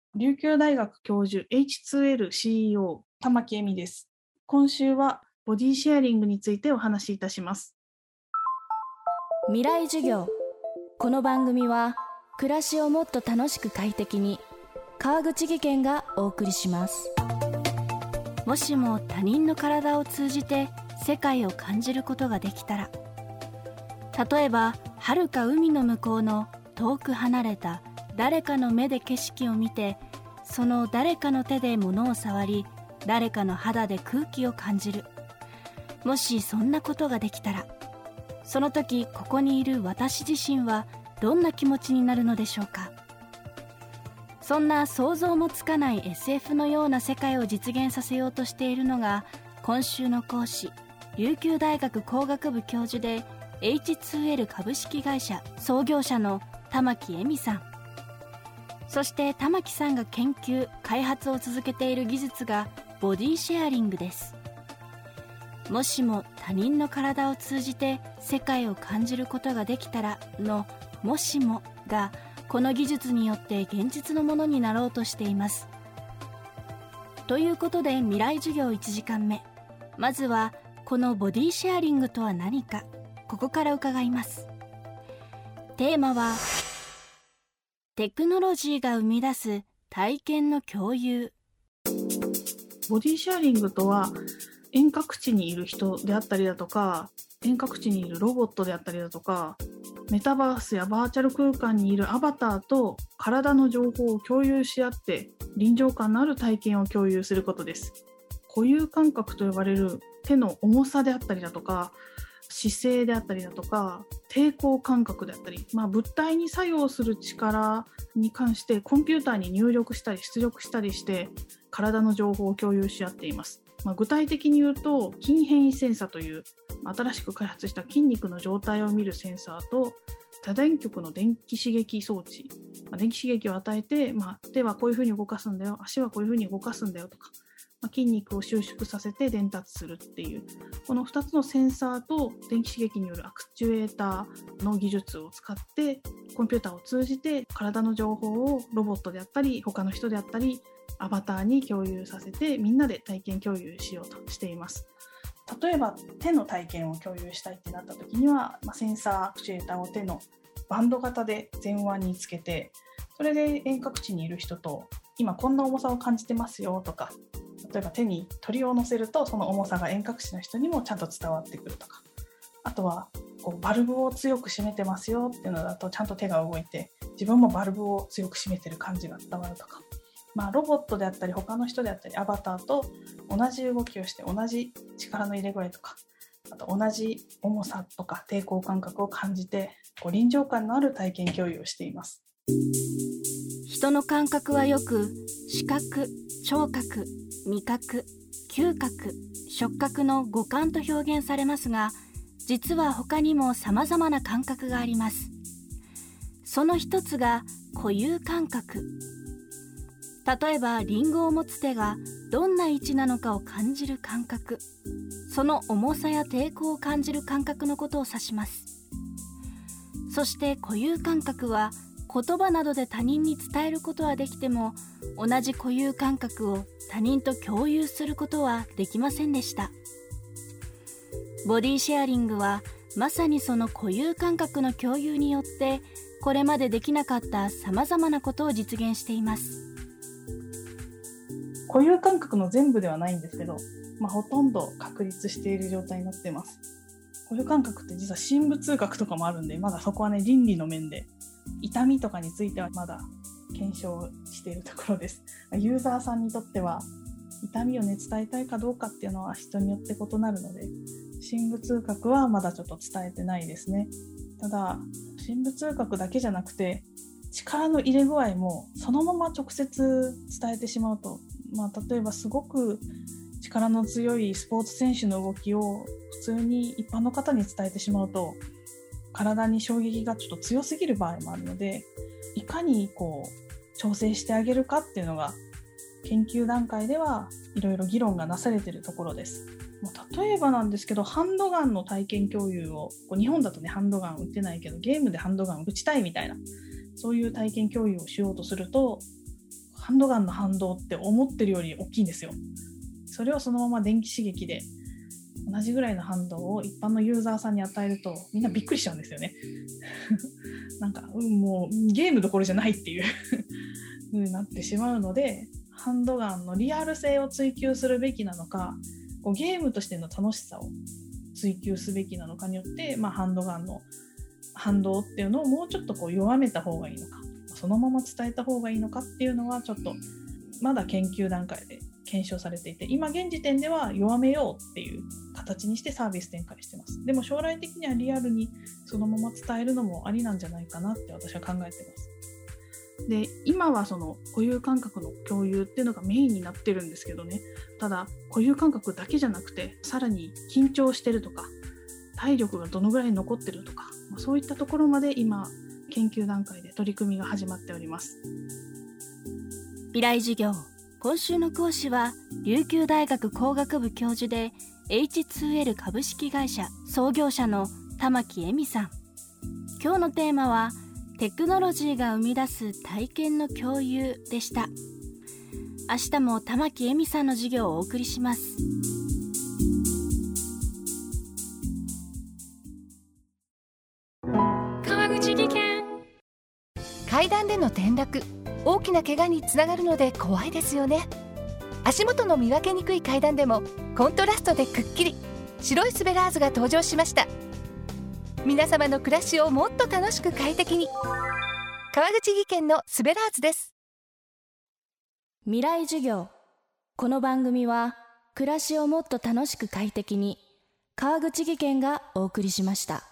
琉球大学教授 H2L CEO 玉木恵美です。今週はボディシェアリングについてお話しいたします。 未来授業。この番組は暮らしをもっと楽しく快適に川口義賢がお送りします。もしも他人の体を通じて世界を感じることができたら、例えば遥か海の向こうの遠く離れた誰かの目で景色を見て、その誰かの手で物を触り、誰かの肌で空気を感じる。もしそんなことができたら、その時ここにいる私自身はどんな気持ちになるのでしょうか。そんな想像もつかない SF のような世界を実現させようとしているのが、今週の講師、琉球大学工学部教授で H2L 株式会社創業者の玉木恵美さん。そして玉木さんが研究・開発を続けている技術がボディシェアリングです。もしも他人の体を通じて世界を感じることができたらのもしもが、この技術によって現実のものになろうとしています。ということで未来授業1時間目。まずはこのボディシェアリングとは何か、ここから伺います。テーマはテクノロジーが生み出す体験の共有。 ボディシェアリングとは、遠隔地にいる人であったりだとか、遠隔地にいるロボットであったりだとか、メタバースやバーチャル空間にいるアバターと体の情報を共有し合って臨場感のある体験を共有することです。固有感覚と呼ばれる手の重さであったりだとか、姿勢であったりだとか、抵抗感覚であったり、物体に作用する力に関してコンピューターに入力したり出力したりして体の情報を共有し合っています。具体的に言うと、筋変異センサという新しく開発した筋肉の状態を見るセンサーと、多電極の電気刺激装置、電気刺激を与えて、手はこういうふうに動かすんだよ、足はこういうふうに動かすんだよとか、筋肉を収縮させて伝達するっていう、この2つのセンサーと電気刺激によるアクチュエーターの技術を使って、コンピューターを通じて体の情報をロボットであったり他の人であったりアバターに共有させて、みんなで体験共有しようとしています。例えば手の体験を共有したいってなった時には、センサーアクチュエーターを手のバンド型で前腕につけて、それで遠隔地にいる人と今こんな重さを感じてますよとか、例えば手に鳥を乗せるとその重さが遠隔地の人にもちゃんと伝わってくるとか、あとはバルブを強く締めてますよっていうのだとちゃんと手が動いて自分もバルブを強く締めてる感じが伝わるとか、ロボットであったり他の人であったりアバターと同じ動きをして同じ力の入れ具合とか、あと同じ重さとか抵抗感覚を感じて臨場感のある体験共有をしています。 人の感覚はよく視覚、聴覚、味覚、嗅覚、触覚の五感と表現されますが、実は他にも様々な感覚があります。その一つが固有感覚。例えばリンゴを持つ手がどんな位置なのかを感じる感覚、その重さや抵抗を感じる感覚のことを指します。そして固有感覚は言葉などで他人に伝えることはできても、同じ固有感覚を他人と共有することはできませんでした。ボディシェアリングはまさにその固有感覚の共有によって、これまでできなかった様々なことを実現しています。 固有感覚の全部ではないんですけど、ほとんど確立している状態になっています。固有感覚って実は深部痛覚とかもあるんで、まだそこは倫理の面で痛みとかについてはまだ検証しているところです。ユーザーさんにとっては痛みを伝えたいかどうかっていうのは人によって異なるので、深部痛覚はまだちょっと伝えてないですね。ただ深部痛覚だけじゃなくて、力の入れ具合もそのまま直接伝えてしまうと、例えばすごく力の強いスポーツ選手の動きを普通に一般の方に伝えてしまうと、体に衝撃がちょっと強すぎる場合もあるので、いかに調整してあげるかっていうのが研究段階ではいろいろ議論がなされているところです。例えばなんですけど、ハンドガンの体験共有を、日本だとねハンドガン撃ってないけどゲームでハンドガン撃ちたいみたいな、そういう体験共有をしようとすると、 ハンドガンの反動って思ってるより大きいんですよ。それをそのまま電気刺激で同じぐらいの反動を一般のユーザーさんに与えるとみんなびっくりしちゃうんですよね。なんか、もうゲームどころじゃないっていう風になってしまうので、ハンドガンのリアル性を追求するべきなのか、ゲームとしての楽しさを追求すべきなのかによって、ハンドガンの反動っていうのをもうちょっと弱めた方がいいのか、そのまま伝えた方がいいのかっていうのはちょっとまだ研究段階で検証されていて、今現時点では弱めようっていう形にしてサービス展開してます。でも将来的にはリアルにそのまま伝えるのもありなんじゃないかなって私は考えてます。で、今はその固有感覚の共有っていうのがメインになってるんですけどね、ただ固有感覚だけじゃなくて、さらに緊張してるとか体力がどのぐらい残ってるとか、そういったところまで今研究段階で取り組みが始まっております。 未来授業、今週の講師は琉球大学工学部教授で H2L 株式会社創業者の玉木恵美さん。今日のテーマはテクノロジーが生み出す体験の共有でした。明日も玉木恵美さんの授業をお送りします。 川口技研。階段での転落、大きな怪我につながるので怖いですよね。足元の見分けにくい階段でもコントラストでくっきり白いスベラーズが登場しました。皆様の暮らしをもっと楽しく快適に、川口技研のスベラーズです。 未来授業。この番組は暮らしをもっと楽しく快適に、川口技研がお送りしました。